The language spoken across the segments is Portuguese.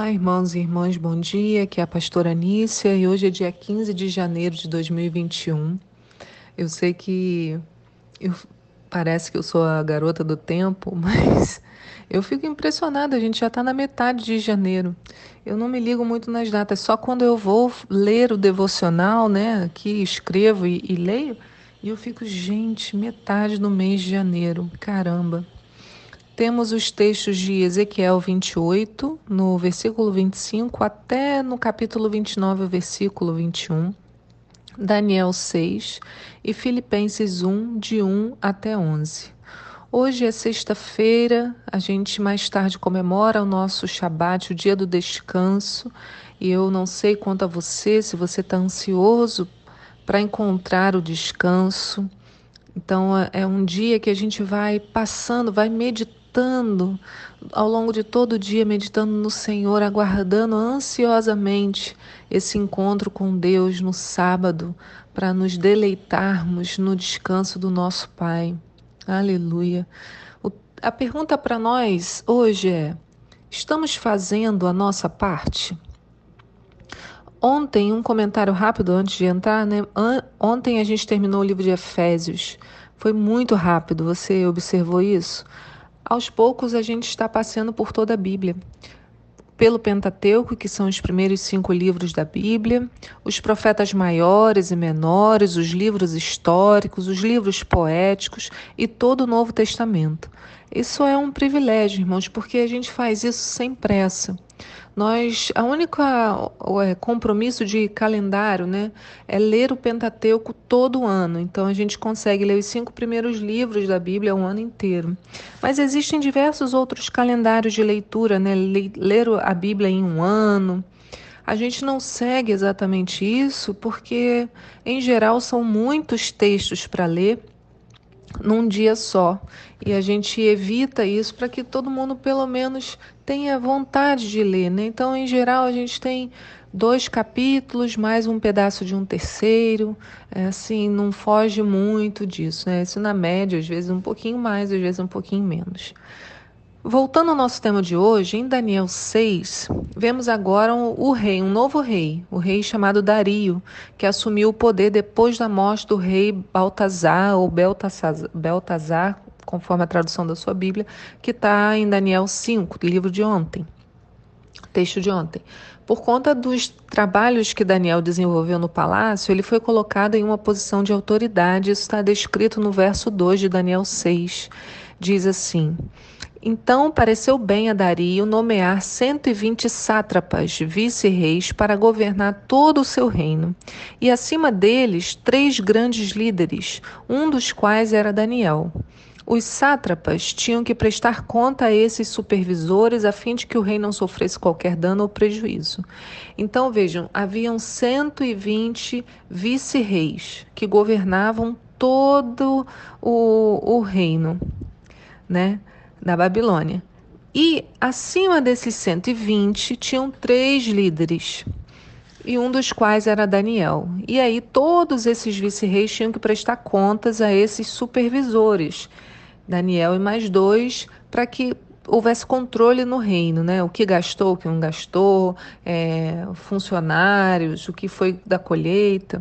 Olá, irmãos e irmãs, bom dia. Aqui é a pastora Nícia e hoje é dia 15 de janeiro de 2021. Eu sei que eu- parece que eu sou a garota do tempo, mas eu fico impressionada, a gente já está na metade de janeiro. Eu não me ligo muito nas datas, só quando eu vou ler o devocional, né? Aqui escrevo e leio, e eu fico, gente, metade do mês de janeiro, caramba. Temos os textos de Ezequiel 28, no versículo 25, até no capítulo 29, versículo 21, Daniel 6 e Filipenses 1, de 1 até 11. Hoje é sexta-feira, a gente mais tarde comemora o nosso Shabat, o dia do descanso, e eu não sei quanto a você, se você está ansioso para encontrar o descanso. Então, é um dia que a gente vai passando, vai meditando ao longo de todo o dia, meditando no Senhor, aguardando ansiosamente esse encontro com Deus no sábado, para nos deleitarmos no descanso do nosso Pai. Aleluia. A pergunta para nós hoje é: estamos fazendo a nossa parte? Ontem, um comentário rápido antes de entrar, né? Ontem a gente terminou o livro de Efésios. Foi muito rápido, você observou isso? Aos poucos a gente está passando por toda a Bíblia. Pelo Pentateuco, que são os primeiros 5 livros da Bíblia, os profetas maiores e menores, os livros históricos, os livros poéticos e todo o Novo Testamento. Isso é um privilégio, irmãos, porque a gente faz isso sem pressa. A única compromisso de calendário, né, é ler o Pentateuco todo ano. Então a gente consegue ler os 5 primeiros livros da Bíblia o ano inteiro. Mas existem diversos outros calendários de leitura, né? Ler a Bíblia em um ano. A gente não segue exatamente isso porque, em geral, são muitos textos para ler num dia só. E a gente evita isso para que todo mundo, pelo menos, tenha vontade de ler, né? Então, em geral, a gente tem 2 capítulos, mais um pedaço de um terceiro. Assim, não foge muito disso, né? Isso na média, às vezes um pouquinho mais, às vezes um pouquinho menos. Voltando ao nosso tema de hoje, em Daniel 6, vemos agora o rei, um novo rei, o rei chamado Dario, que assumiu o poder depois da morte do rei Baltazar, ou Beltazar, conforme a tradução da sua Bíblia, que está em Daniel 5, livro de ontem, texto de ontem. Por conta dos trabalhos que Daniel desenvolveu no palácio, ele foi colocado em uma posição de autoridade. Isso está descrito no verso 2 de Daniel 6. Diz assim: então pareceu bem a Dario nomear 120 sátrapas, vice-reis, para governar todo o seu reino, e acima deles 3 grandes líderes, um dos quais era Daniel. Os sátrapas tinham que prestar conta a esses supervisores a fim de que o rei não sofresse qualquer dano ou prejuízo. Então vejam, haviam 120 vice-reis que governavam todo o reino, né, da Babilônia. E acima desses 120 tinham 3 líderes, e um dos quais era Daniel. E aí todos esses vice-reis tinham que prestar contas a esses supervisores, Daniel e mais 2, para que houvesse controle no reino, né? O que gastou, o que não gastou, funcionários, o que foi da colheita.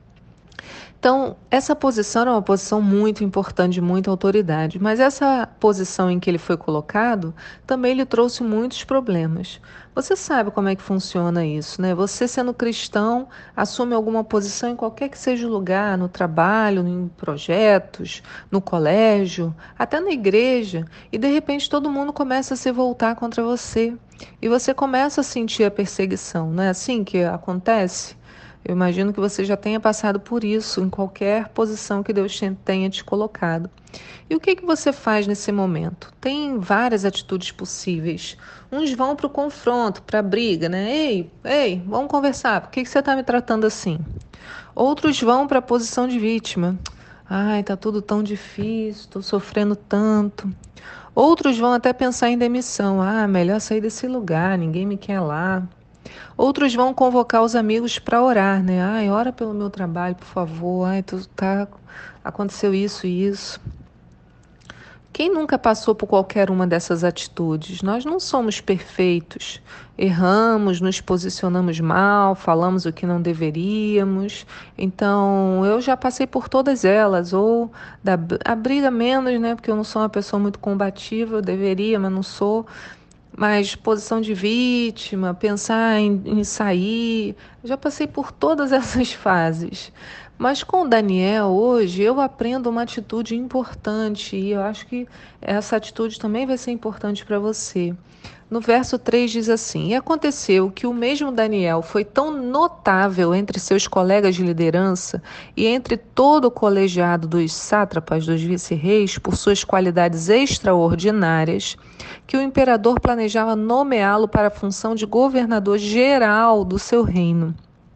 Então, essa posição era uma posição muito importante, de muita autoridade, mas essa posição em que ele foi colocado também lhe trouxe muitos problemas. Você sabe como é que funciona isso, né? Você, sendo cristão, assume alguma posição em qualquer que seja o lugar, no trabalho, em projetos, no colégio, até na igreja, e de repente todo mundo começa a se voltar contra você. E você começa a sentir a perseguição, não é assim que acontece? Eu imagino que você já tenha passado por isso em qualquer posição que Deus tenha te colocado. E o que você faz nesse momento? Tem várias atitudes possíveis. Uns vão para o confronto, para a briga, né? Ei, vamos conversar. Por que você está me tratando assim? Outros vão para a posição de vítima. Ai, tá tudo tão difícil, estou sofrendo tanto. Outros vão até pensar em demissão. Ah, melhor sair desse lugar, ninguém me quer lá. Outros vão convocar os amigos para orar, né? Ai, ora pelo meu trabalho, por favor. Ai, aconteceu isso e isso. Quem nunca passou por qualquer uma dessas atitudes? Nós não somos perfeitos. Erramos, nos posicionamos mal, falamos o que não deveríamos. Então, eu já passei por todas elas, ou a briga menos, né? Porque eu não sou uma pessoa muito combativa, eu deveria, mas não sou. Mas posição de vítima, pensar em sair, eu já passei por todas essas fases. Mas com o Daniel, hoje, eu aprendo uma atitude importante e eu acho que essa atitude também vai ser importante para você. No verso 3 diz assim: E aconteceu que o mesmo Daniel foi tão notável entre seus colegas de liderança e entre todo o colegiado dos sátrapas, dos vice-reis, por suas qualidades extraordinárias, que o imperador planejava nomeá-lo para a função de governador geral do seu reino.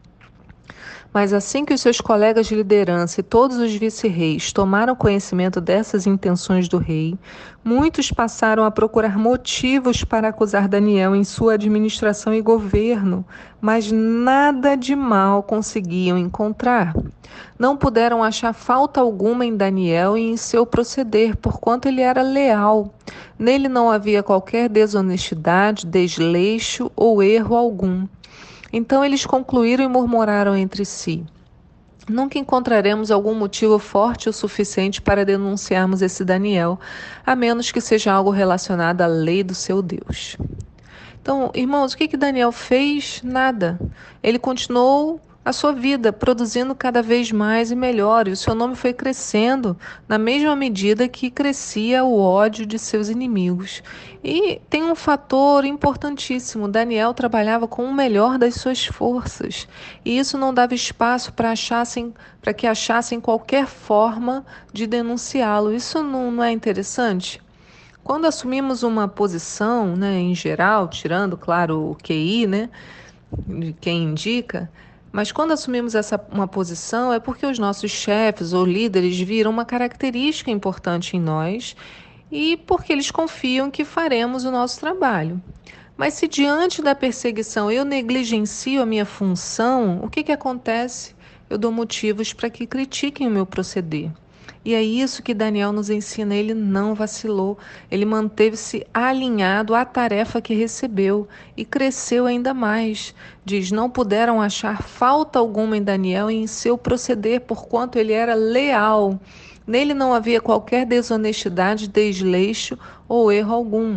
Mas assim que os seus colegas de liderança e todos os vice-reis tomaram conhecimento dessas intenções do rei, muitos passaram a procurar motivos para acusar Daniel em sua administração e governo, mas nada de mal conseguiam encontrar. Não puderam achar falta alguma em Daniel e em seu proceder, porquanto ele era leal. Nele não havia qualquer desonestidade, desleixo ou erro algum. Então eles concluíram e murmuraram entre si: Nunca encontraremos algum motivo forte o suficiente para denunciarmos esse Daniel, a menos que seja algo relacionado à lei do seu Deus. Então, irmãos, o que Daniel fez? Nada. Ele continuou a sua vida, produzindo cada vez mais e melhor, e o seu nome foi crescendo na mesma medida que crescia o ódio de seus inimigos. E tem um fator importantíssimo: Daniel trabalhava com o melhor das suas forças, e isso não dava espaço para que achassem qualquer forma de denunciá-lo. Isso não é interessante? Quando assumimos uma posição, né, em geral, tirando, claro, o QI, né, de quem indica, mas quando assumimos uma posição é porque os nossos chefes ou líderes viram uma característica importante em nós e porque eles confiam que faremos o nosso trabalho. Mas se diante da perseguição eu negligencio a minha função, o que acontece? Eu dou motivos para que critiquem o meu proceder. E é isso que Daniel nos ensina: ele não vacilou, ele manteve-se alinhado à tarefa que recebeu e cresceu ainda mais. Diz: não puderam achar falta alguma em Daniel e em seu proceder, porquanto ele era leal. Nele não havia qualquer desonestidade, desleixo ou erro algum.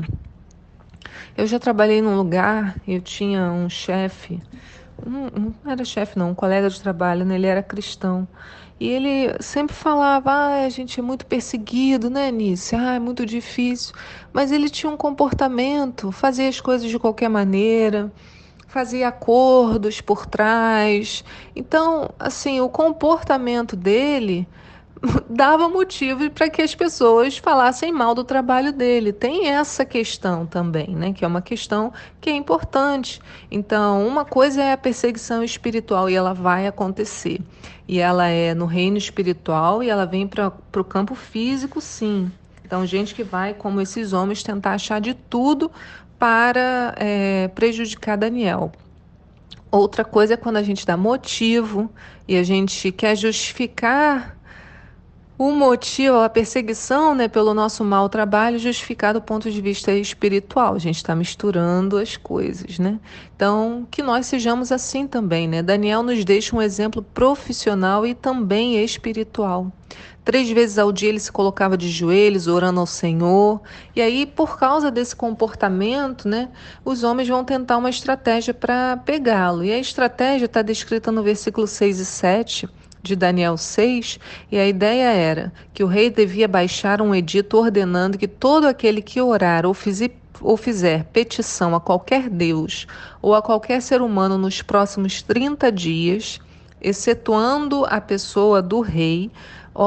Eu já trabalhei num lugar, eu tinha um chefe, não era chefe não, um colega de trabalho, né? Ele era cristão. E ele sempre falava: a gente é muito perseguido, né, Nícia? É muito difícil. Mas ele tinha um comportamento, fazia as coisas de qualquer maneira, fazia acordos por trás. Então, assim, o comportamento dele dava motivo para que as pessoas falassem mal do trabalho dele. Tem essa questão também, né? Que é uma questão que é importante. Então, uma coisa é a perseguição espiritual e ela vai acontecer. E ela é no reino espiritual e ela vem para o campo físico, sim. Então, gente que vai, como esses homens, tentar achar de tudo para prejudicar Daniel. Outra coisa é quando a gente dá motivo e a gente quer justificar o motivo, a perseguição, né, pelo nosso mau trabalho, justificado do ponto de vista espiritual. A gente está misturando as coisas, né? Então, que nós sejamos assim também, né? Daniel nos deixa um exemplo profissional e também espiritual. 3 vezes ao dia ele se colocava de joelhos, orando ao Senhor. E aí, por causa desse comportamento, né, os homens vão tentar uma estratégia para pegá-lo. E a estratégia está descrita no versículo 6 e 7 de Daniel 6, e a ideia era que o rei devia baixar um edito ordenando que todo aquele que orar ou fizer petição a qualquer Deus ou a qualquer ser humano nos próximos 30 dias, excetuando a pessoa do rei ou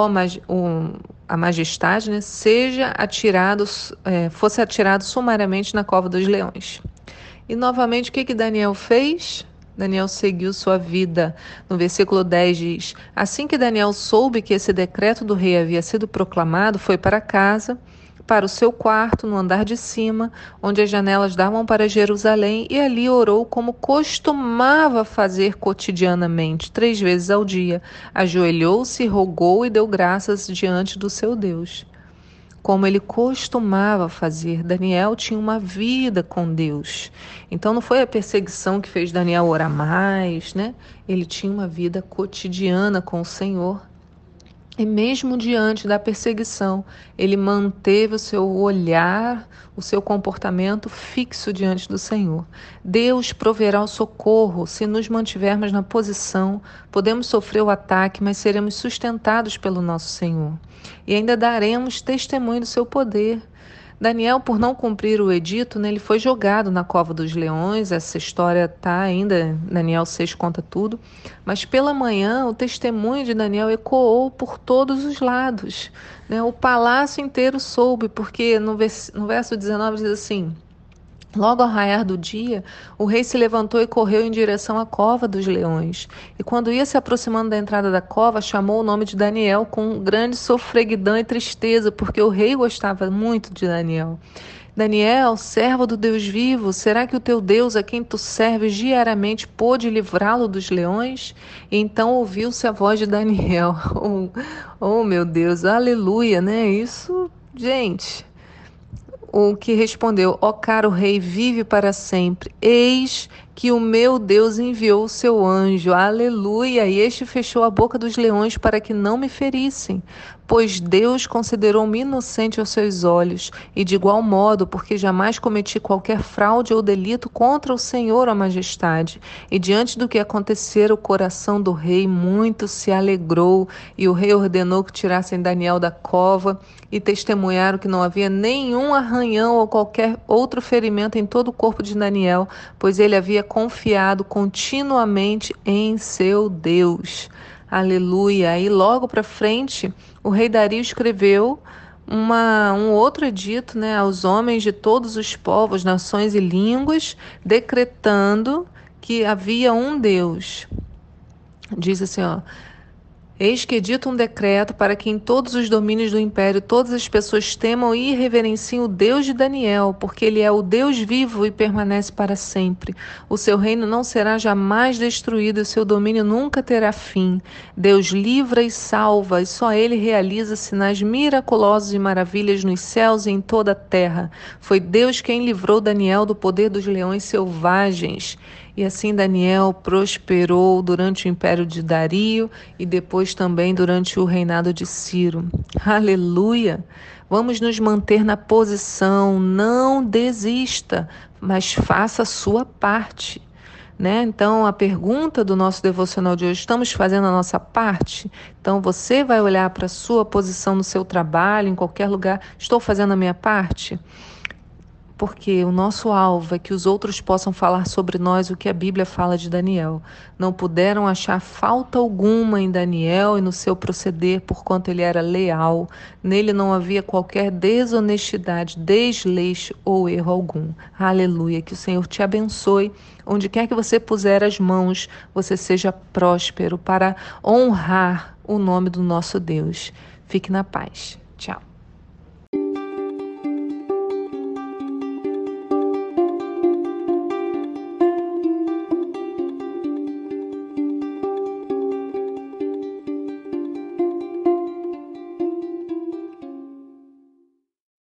a majestade, né, fosse atirado sumariamente na cova dos leões. E novamente, o que Daniel fez? Daniel seguiu sua vida. No versículo 10 diz: Assim que Daniel soube que esse decreto do rei havia sido proclamado, foi para casa, para o seu quarto, no andar de cima, onde as janelas davam para Jerusalém, e ali orou como costumava fazer cotidianamente, 3 vezes ao dia. Ajoelhou-se, rogou e deu graças diante do seu Deus. como ele costumava fazer. Daniel tinha uma vida com Deus. Então não foi a perseguição que fez Daniel orar mais, né? Ele tinha uma vida cotidiana com o Senhor. E mesmo diante da perseguição, ele manteve o seu olhar, o seu comportamento fixo diante do Senhor. Deus proverá o socorro se nos mantivermos na posição. Podemos sofrer o ataque, mas seremos sustentados pelo nosso Senhor. E ainda daremos testemunho do seu poder. Daniel, por não cumprir o edito, né, ele foi jogado na cova dos leões. Essa história está ainda, Daniel 6 conta tudo. Mas pela manhã, o testemunho de Daniel ecoou por todos os lados, né? O palácio inteiro soube, porque no verso 19 diz assim: logo ao raiar do dia, o rei se levantou e correu em direção à cova dos leões. E quando ia se aproximando da entrada da cova, chamou o nome de Daniel com grande sofreguidão e tristeza, porque o rei gostava muito de Daniel. Daniel, servo do Deus vivo, será que o teu Deus, a quem tu serves diariamente, pôde livrá-lo dos leões? E então ouviu-se a voz de Daniel. Oh, meu Deus, aleluia, né? Isso, gente. O que respondeu: ó caro rei, vive para sempre. Eis que o meu Deus enviou o seu anjo. Aleluia! E este fechou a boca dos leões para que não me ferissem. Pois Deus considerou-me inocente aos seus olhos. E de igual modo, porque jamais cometi qualquer fraude ou delito contra o Senhor, ó majestade. E diante do que acontecera, o coração do rei muito se alegrou. E o rei ordenou que tirassem Daniel da cova e testemunharam que não havia nenhum arranhão ou qualquer outro ferimento em todo o corpo de Daniel, pois ele havia confiado continuamente em seu Deus. Aleluia! Aí logo para frente, o rei Dario escreveu um outro edito, né, aos homens de todos os povos, nações e línguas, decretando que havia um Deus. Diz assim, ó: eis que edito um decreto para que em todos os domínios do império todas as pessoas temam e reverenciem o Deus de Daniel, porque ele é o Deus vivo e permanece para sempre. O seu reino não será jamais destruído e o seu domínio nunca terá fim. Deus livra e salva, e só ele realiza sinais miraculosos e maravilhas nos céus e em toda a terra. Foi Deus quem livrou Daniel do poder dos leões selvagens. E assim Daniel prosperou durante o império de Dario e depois também durante o reinado de Ciro. Aleluia! Vamos nos manter na posição, não desista, mas faça a sua parte. Né? Então, a pergunta do nosso devocional de hoje: estamos fazendo a nossa parte? Então, você vai olhar para a sua posição no seu trabalho, em qualquer lugar: estou fazendo a minha parte? Porque o nosso alvo é que os outros possam falar sobre nós o que a Bíblia fala de Daniel. Não puderam achar falta alguma em Daniel e no seu proceder, porquanto ele era leal. Nele não havia qualquer desonestidade, desleixo ou erro algum. Aleluia. Que o Senhor te abençoe. Onde quer que você puser as mãos, você seja próspero para honrar o nome do nosso Deus. Fique na paz. Tchau.